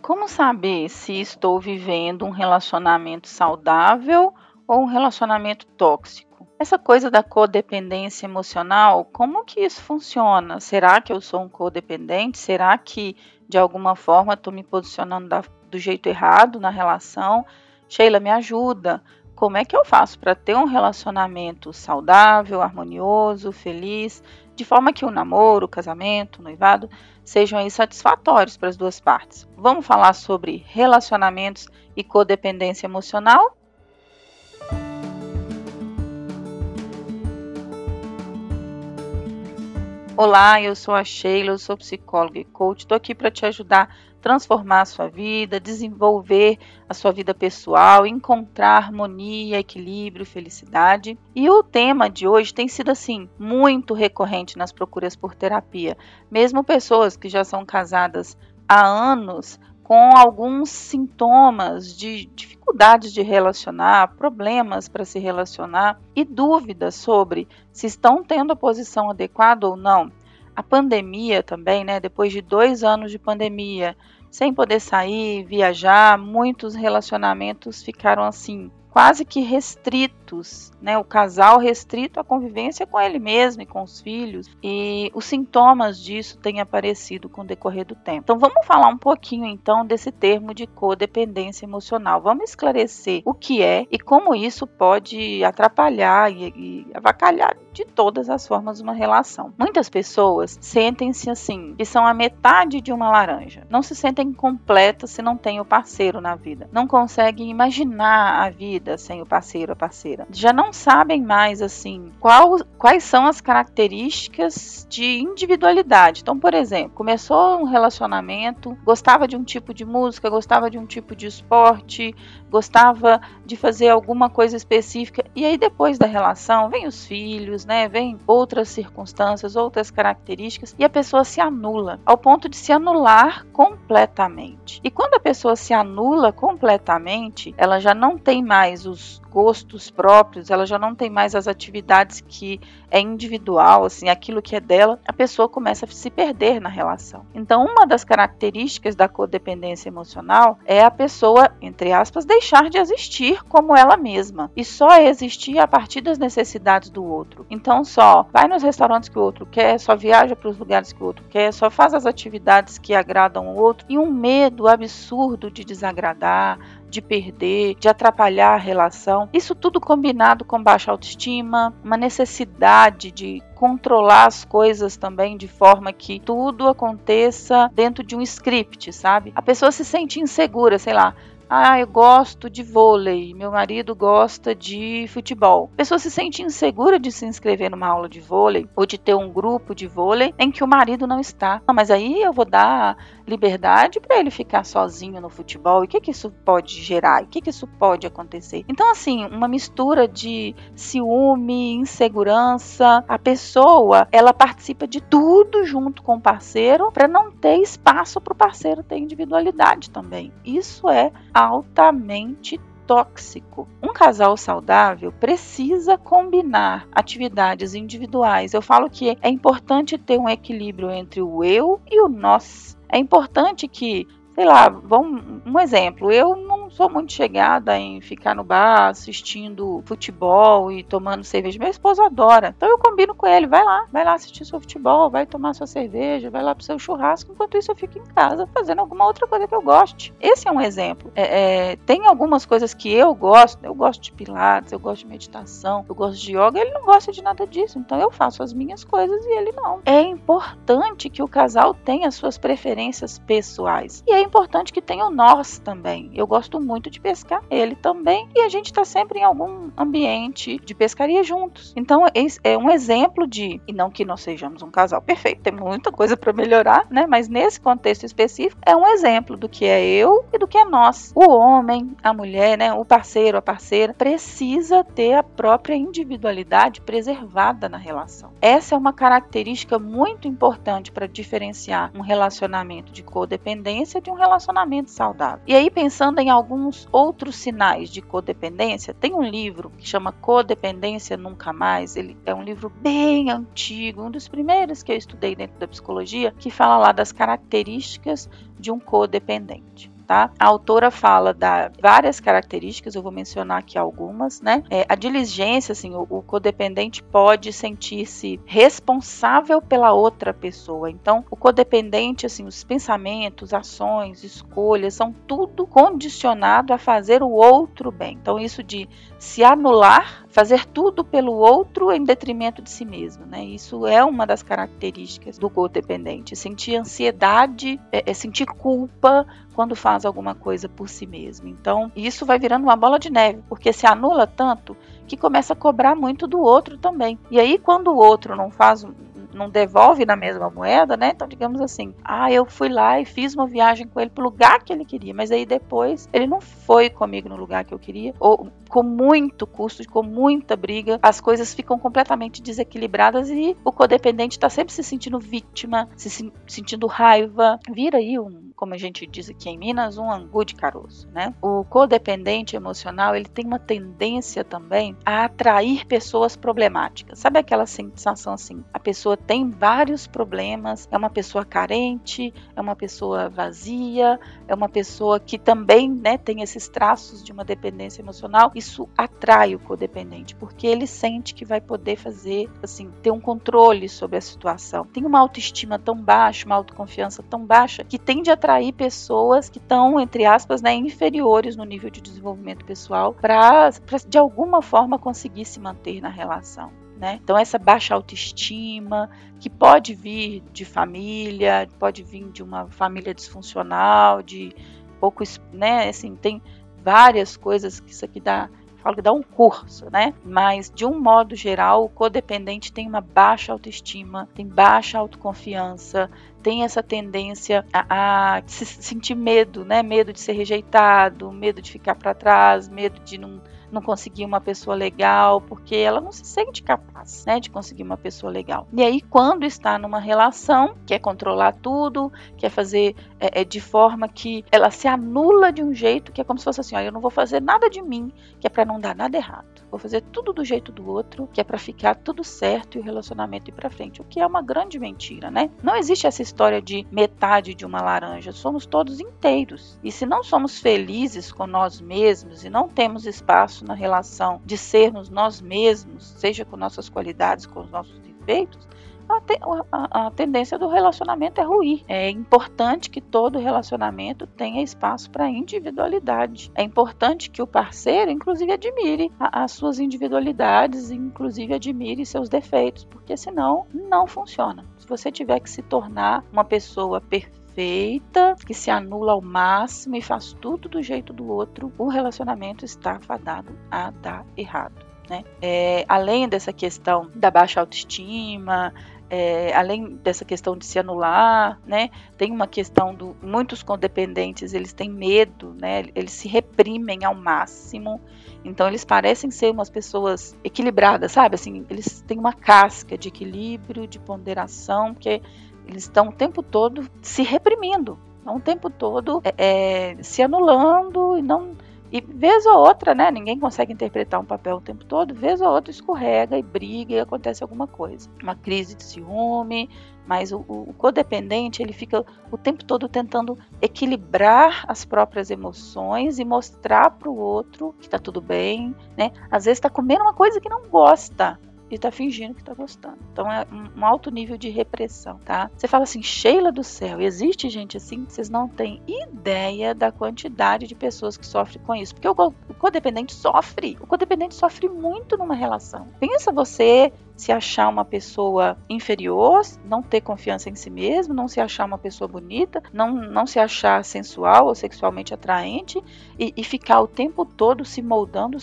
Como saber se estou vivendo um relacionamento saudável ou um relacionamento tóxico? Essa coisa da codependência emocional, como que isso funciona? Será que eu sou um codependente? Será que de alguma forma estou me posicionando do jeito errado na relação? Sheila, me ajuda. Como é que eu faço para ter um relacionamento saudável, harmonioso, feliz, de forma que o namoro, o casamento, o noivado sejam aí satisfatórios para as duas partes? Vamos falar sobre relacionamentos e codependência emocional? Olá, eu sou a Sheila, eu sou psicóloga e coach. Estou aqui para te ajudar a transformar a sua vida, desenvolver a sua vida pessoal, encontrar harmonia, equilíbrio, felicidade. E o tema de hoje tem sido assim muito recorrente nas procuras por terapia. Mesmo pessoas que já são casadas há anos com alguns sintomas de dificuldades de relacionar, problemas para se relacionar e dúvidas sobre se estão tendo a posição adequada ou não. A pandemia também, né? Depois de 2 anos de pandemia, sem poder sair, viajar, muitos relacionamentos ficaram assim, quase que restritos, né? O casal restrito à convivência com ele mesmo e com os filhos, e os sintomas disso têm aparecido com o decorrer do tempo. Então vamos falar um pouquinho então desse termo de codependência emocional. Vamos esclarecer o que é e como isso pode atrapalhar e avacalhar de todas as formas uma relação. Muitas pessoas sentem-se assim, que são a metade de uma laranja. Não se sentem completas se não tem o parceiro na vida. Não conseguem imaginar a vida sem o parceiro, a parceira. Já não sabem mais assim quais são as características de individualidade. Então, por exemplo, começou um relacionamento, gostava de um tipo de música, gostava de um tipo de esporte, gostava de fazer alguma coisa específica, e aí depois da relação vem os filhos, né? Vem outras circunstâncias, outras características, e a pessoa se anula, ao ponto de se anular completamente. E quando a pessoa se anula completamente, ela já não tem mais os gostos próprios, ela já não tem mais as atividades que é individual, assim, aquilo que é dela, a pessoa começa a se perder na relação. Então, uma das características da codependência emocional é a pessoa, entre aspas, deixar de existir como ela mesma e só existir a partir das necessidades do outro. Então, só vai nos restaurantes que o outro quer, só viaja para os lugares que o outro quer, só faz as atividades que agradam o outro, e um medo absurdo de desagradar, de perder, de atrapalhar a relação. Isso tudo combinado com baixa autoestima, uma necessidade de controlar as coisas também de forma que tudo aconteça dentro de um script, sabe? A pessoa se sente insegura, sei lá. Eu gosto de vôlei, meu marido gosta de futebol. A pessoa se sente insegura de se inscrever numa aula de vôlei ou de ter um grupo de vôlei em que o marido não está. Mas aí eu vou dar liberdade para ele ficar sozinho no futebol. E o que isso pode gerar? O que isso pode acontecer? Então, assim, uma mistura de ciúme, insegurança. A pessoa, ela participa de tudo junto com o parceiro para não ter espaço para o parceiro ter individualidade também. Isso é altamente tóxico. Um casal saudável precisa combinar atividades individuais. Eu falo que é importante ter um equilíbrio entre o eu e o nós. É importante que, sei lá, um exemplo, eu não sou muito chegada em ficar no bar assistindo futebol e tomando cerveja. Meu esposo adora. Então eu combino com ele, vai lá assistir seu futebol, vai tomar sua cerveja, vai lá pro seu churrasco, enquanto isso eu fico em casa fazendo alguma outra coisa que eu goste. Esse é um exemplo. Tem algumas coisas que eu gosto de pilates, eu gosto de meditação, eu gosto de yoga, ele não gosta de nada disso, então eu faço as minhas coisas e ele não. É importante que o casal tenha suas preferências pessoais. E é importante que tenha o nós também. Eu gosto muito de pescar, ele também, e a gente está sempre em algum ambiente de pescaria juntos. Então, esse é um exemplo e não que nós sejamos um casal perfeito, tem muita coisa para melhorar, né? Mas nesse contexto específico, é um exemplo do que é eu e do que é nós. O homem, a mulher, né? O parceiro, a parceira, precisa ter a própria individualidade preservada na relação. Essa é uma característica muito importante para diferenciar um relacionamento de codependência de um relacionamento saudável. E aí, pensando em alguns outros sinais de codependência, tem um livro que chama Codependência Nunca Mais. Ele é um livro bem antigo, um dos primeiros que eu estudei dentro da psicologia, que fala lá das características de um codependente. Tá? A autora fala de várias características, eu vou mencionar aqui algumas, né? A diligência, assim, o codependente pode sentir-se responsável pela outra pessoa. Então, o codependente, assim, os pensamentos, ações, escolhas, são tudo condicionado a fazer o outro bem. Então, isso de se anular, fazer tudo pelo outro em detrimento de si mesmo, né? Isso é uma das características do codependente. Sentir ansiedade, sentir culpa quando faz alguma coisa por si mesmo. Então, isso vai virando uma bola de neve, porque se anula tanto que começa a cobrar muito do outro também. E aí, quando o outro não devolve na mesma moeda, né? Então, digamos assim, eu fui lá e fiz uma viagem com ele pro lugar que ele queria, mas aí depois ele não foi comigo no lugar que eu queria, ou com muito custo, com muita briga, as coisas ficam completamente desequilibradas e o codependente está sempre se sentindo vítima, se sentindo raiva, vira aí como a gente diz aqui em Minas, um angu de caroço, né? O codependente emocional, ele tem uma tendência também a atrair pessoas problemáticas. Sabe aquela sensação assim, a pessoa tem vários problemas, é uma pessoa carente, é uma pessoa vazia, é uma pessoa que também, né, tem esses traços de uma dependência emocional. Isso atrai o codependente, porque ele sente que vai poder fazer, assim, ter um controle sobre a situação. Tem uma autoestima tão baixa, uma autoconfiança tão baixa, que tende a atrair pessoas que estão, entre aspas, né, inferiores no nível de desenvolvimento pessoal para de alguma forma conseguir se manter na relação. Né? Então, essa baixa autoestima, que pode vir de família, pode vir de uma família disfuncional, de poucos, né? Assim, tem várias coisas que isso aqui falo que dá um curso, né? Mas, de um modo geral, o codependente tem uma baixa autoestima, tem baixa autoconfiança, tem essa tendência a sentir medo, né? Medo de ser rejeitado, medo de ficar para trás, medo de não conseguir uma pessoa legal, porque ela não se sente capaz, né, de conseguir uma pessoa legal. E aí, quando está numa relação, quer controlar tudo, quer fazer de forma que ela se anula de um jeito que é como se fosse assim, eu não vou fazer nada de mim, que é para não dar nada errado. Vou fazer tudo do jeito do outro, que é para ficar tudo certo e o relacionamento ir para frente, o que é uma grande mentira, né? Não existe essa história de metade de uma laranja, somos todos inteiros. E se não somos felizes com nós mesmos e não temos espaço na relação de sermos nós mesmos, seja com nossas qualidades, com os nossos defeitos, a tendência do relacionamento é ruir. É importante que todo relacionamento tenha espaço para individualidade. É importante que o parceiro, inclusive, admire as suas individualidades, inclusive admire seus defeitos, porque senão não funciona. Se você tiver que se tornar uma pessoa perfeita, que se anula ao máximo e faz tudo do jeito do outro, o relacionamento está fadado a dar errado. Né? Além dessa questão da baixa autoestima, além dessa questão de se anular, né, tem uma questão muitos codependentes, eles têm medo, né, eles se reprimem ao máximo, então eles parecem ser umas pessoas equilibradas, sabe, assim, eles têm uma casca de equilíbrio, de ponderação, porque eles estão o tempo todo se reprimindo, o tempo todo se anulando e vez ou outra, né, ninguém consegue interpretar um papel o tempo todo, vez ou outra escorrega e briga e acontece alguma coisa. Uma crise de ciúme, mas o codependente, ele fica o tempo todo tentando equilibrar as próprias emoções e mostrar para o outro que está tudo bem, né? Às vezes está comendo uma coisa que não gosta e tá fingindo que tá gostando. Então é um alto nível de repressão, tá? Você fala assim, Sheila do céu, existe gente assim? Vocês não têm ideia da quantidade de pessoas que sofrem com isso. Porque o codependente sofre. O codependente sofre muito numa relação. Pensa você se achar uma pessoa inferior, não ter confiança em si mesmo, não se achar uma pessoa bonita, não se achar sensual ou sexualmente atraente e ficar o tempo todo se moldando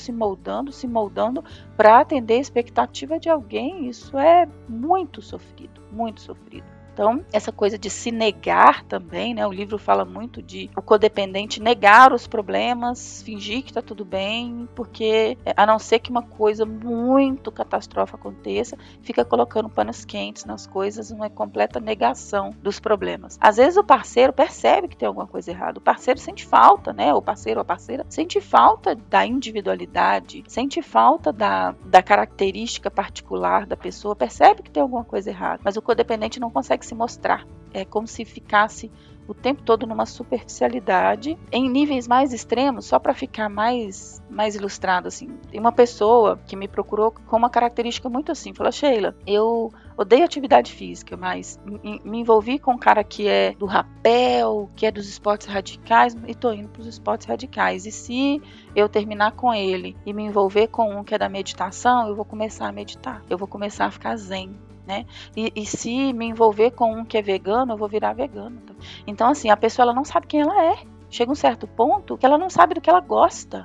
para atender a expectativa de alguém. Isso é muito sofrido, muito sofrido. Então, essa coisa de se negar também, né? O livro fala muito de o codependente negar os problemas, fingir que está tudo bem, porque a não ser que uma coisa muito catastrófica aconteça, fica colocando panos quentes nas coisas, uma completa negação dos problemas. Às vezes o parceiro percebe que tem alguma coisa errada, o parceiro sente falta, né? O parceiro ou a parceira sente falta da individualidade, sente falta da característica particular da pessoa, percebe que tem alguma coisa errada, mas o codependente não consegue se mostrar. É como se ficasse o tempo todo numa superficialidade, em níveis mais extremos, só para ficar mais ilustrado, assim. Tem uma pessoa que me procurou com uma característica muito assim, falou: Sheila, eu odeio atividade física, mas me envolvi com um cara que é do rapel, que é dos esportes radicais, e tô indo para os esportes radicais. E se eu terminar com ele e me envolver com um que é da meditação, eu vou começar a meditar, eu vou começar a ficar zen. Né? E se me envolver com um que é vegano, eu vou virar vegano. Então, assim, a pessoa ela não sabe quem ela é. Chega um certo ponto que ela não sabe do que ela gosta.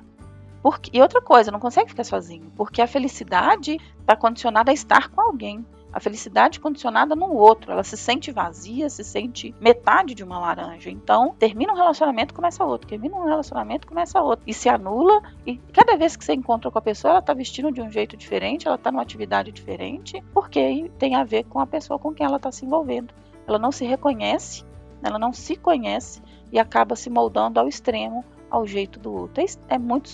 E outra coisa, não consegue ficar sozinho, porque a felicidade está condicionada a estar com alguém. A felicidade condicionada no outro. Ela se sente vazia, se sente metade de uma laranja. Então, termina um relacionamento, começa outro. Termina um relacionamento, começa outro. E se anula. E cada vez que você encontra com a pessoa, ela está vestindo de um jeito diferente, ela está numa atividade diferente, porque tem a ver com a pessoa com quem ela está se envolvendo. Ela não se reconhece, ela não se conhece e acaba se moldando ao extremo, ao jeito do outro. É muito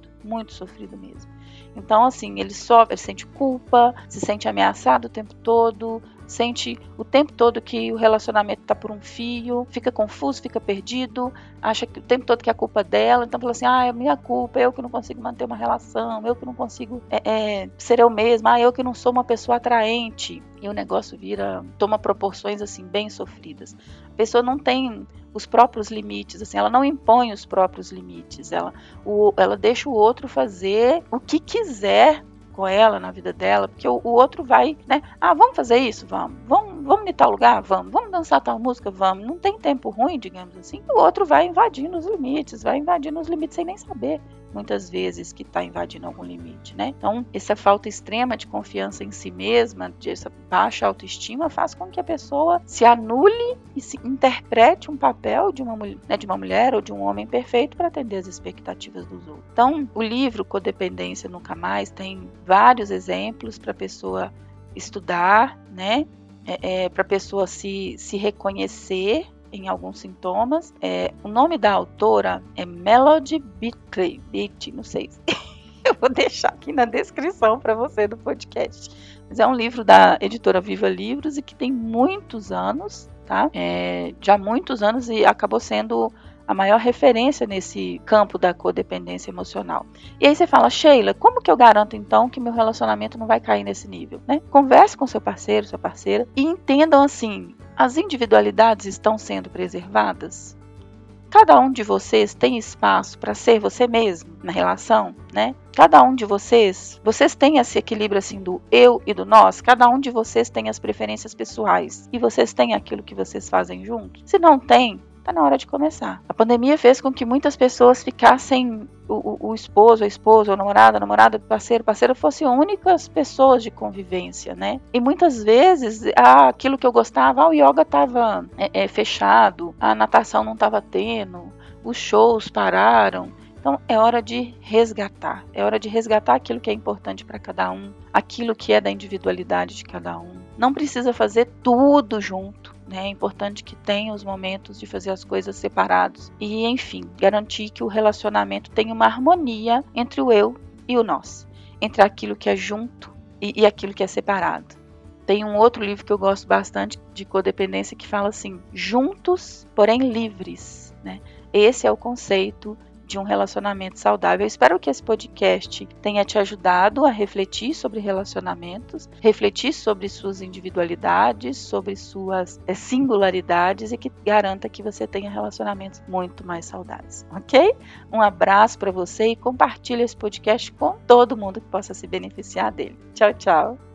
sofrido mesmo. Então, assim, ele sofre, ele sente culpa, se sente ameaçado o tempo todo, sente o tempo todo que o relacionamento está por um fio, fica confuso, fica perdido, acha que o tempo todo que é a culpa dela, então fala assim, é minha culpa, eu que não consigo manter uma relação, eu que não consigo ser eu mesma, eu que não sou uma pessoa atraente. E o negócio toma proporções assim bem sofridas. A pessoa não tem os próprios limites, assim, ela não impõe os próprios limites, ela deixa o outro fazer o que quiser com ela na vida dela, porque o outro vai, né? Vamos fazer isso? Vamos em tal lugar? Vamos dançar tal música? Vamos. Não tem tempo ruim, digamos assim. O outro vai invadindo os limites sem nem saber, muitas vezes, que está invadindo algum limite, né? Então, essa falta extrema de confiança em si mesma, essa baixa autoestima, faz com que a pessoa se anule e se interprete um papel de uma mulher ou de um homem perfeito para atender as expectativas dos outros. Então, o livro Codependência Nunca Mais tem vários exemplos para a pessoa estudar, né? Para a pessoa se reconhecer em alguns sintomas. O nome da autora é Melody Beattie, não sei. Eu vou deixar aqui na descrição para você do podcast. Mas é um livro da editora Viva Livros e que tem muitos anos, tá? Já muitos anos, e acabou sendo a maior referência nesse campo da codependência emocional. E aí você fala: Sheila, como que eu garanto então que meu relacionamento não vai cair nesse nível, né? Converse com seu parceiro, sua parceira, e entendam assim: as individualidades estão sendo preservadas? Cada um de vocês tem espaço para ser você mesmo na relação, né? Cada um de vocês têm esse equilíbrio assim do eu e do nós. Cada um de vocês tem as preferências pessoais e vocês têm aquilo que vocês fazem juntos. Se não tem, tá na hora de começar. A pandemia fez com que muitas pessoas ficassem, o esposo, a esposa, o namorado, parceira, fossem únicas pessoas de convivência, né? E muitas vezes, aquilo que eu gostava, o yoga estava fechado, a natação não estava tendo, os shows pararam. Então, é hora de resgatar. É hora de resgatar aquilo que é importante para cada um, aquilo que é da individualidade de cada um. Não precisa fazer tudo junto. É importante que tenha os momentos de fazer as coisas separados e, enfim, garantir que o relacionamento tenha uma harmonia entre o eu e o nós, entre aquilo que é junto e aquilo que é separado. Tem um outro livro que eu gosto bastante de codependência que fala assim: juntos, porém livres, né? Esse é o conceito de um relacionamento saudável. Eu espero que esse podcast tenha te ajudado a refletir sobre relacionamentos, refletir sobre suas individualidades, sobre suas singularidades, e que garanta que você tenha relacionamentos muito mais saudáveis, ok? Um abraço para você e compartilhe esse podcast com todo mundo que possa se beneficiar dele. Tchau, tchau!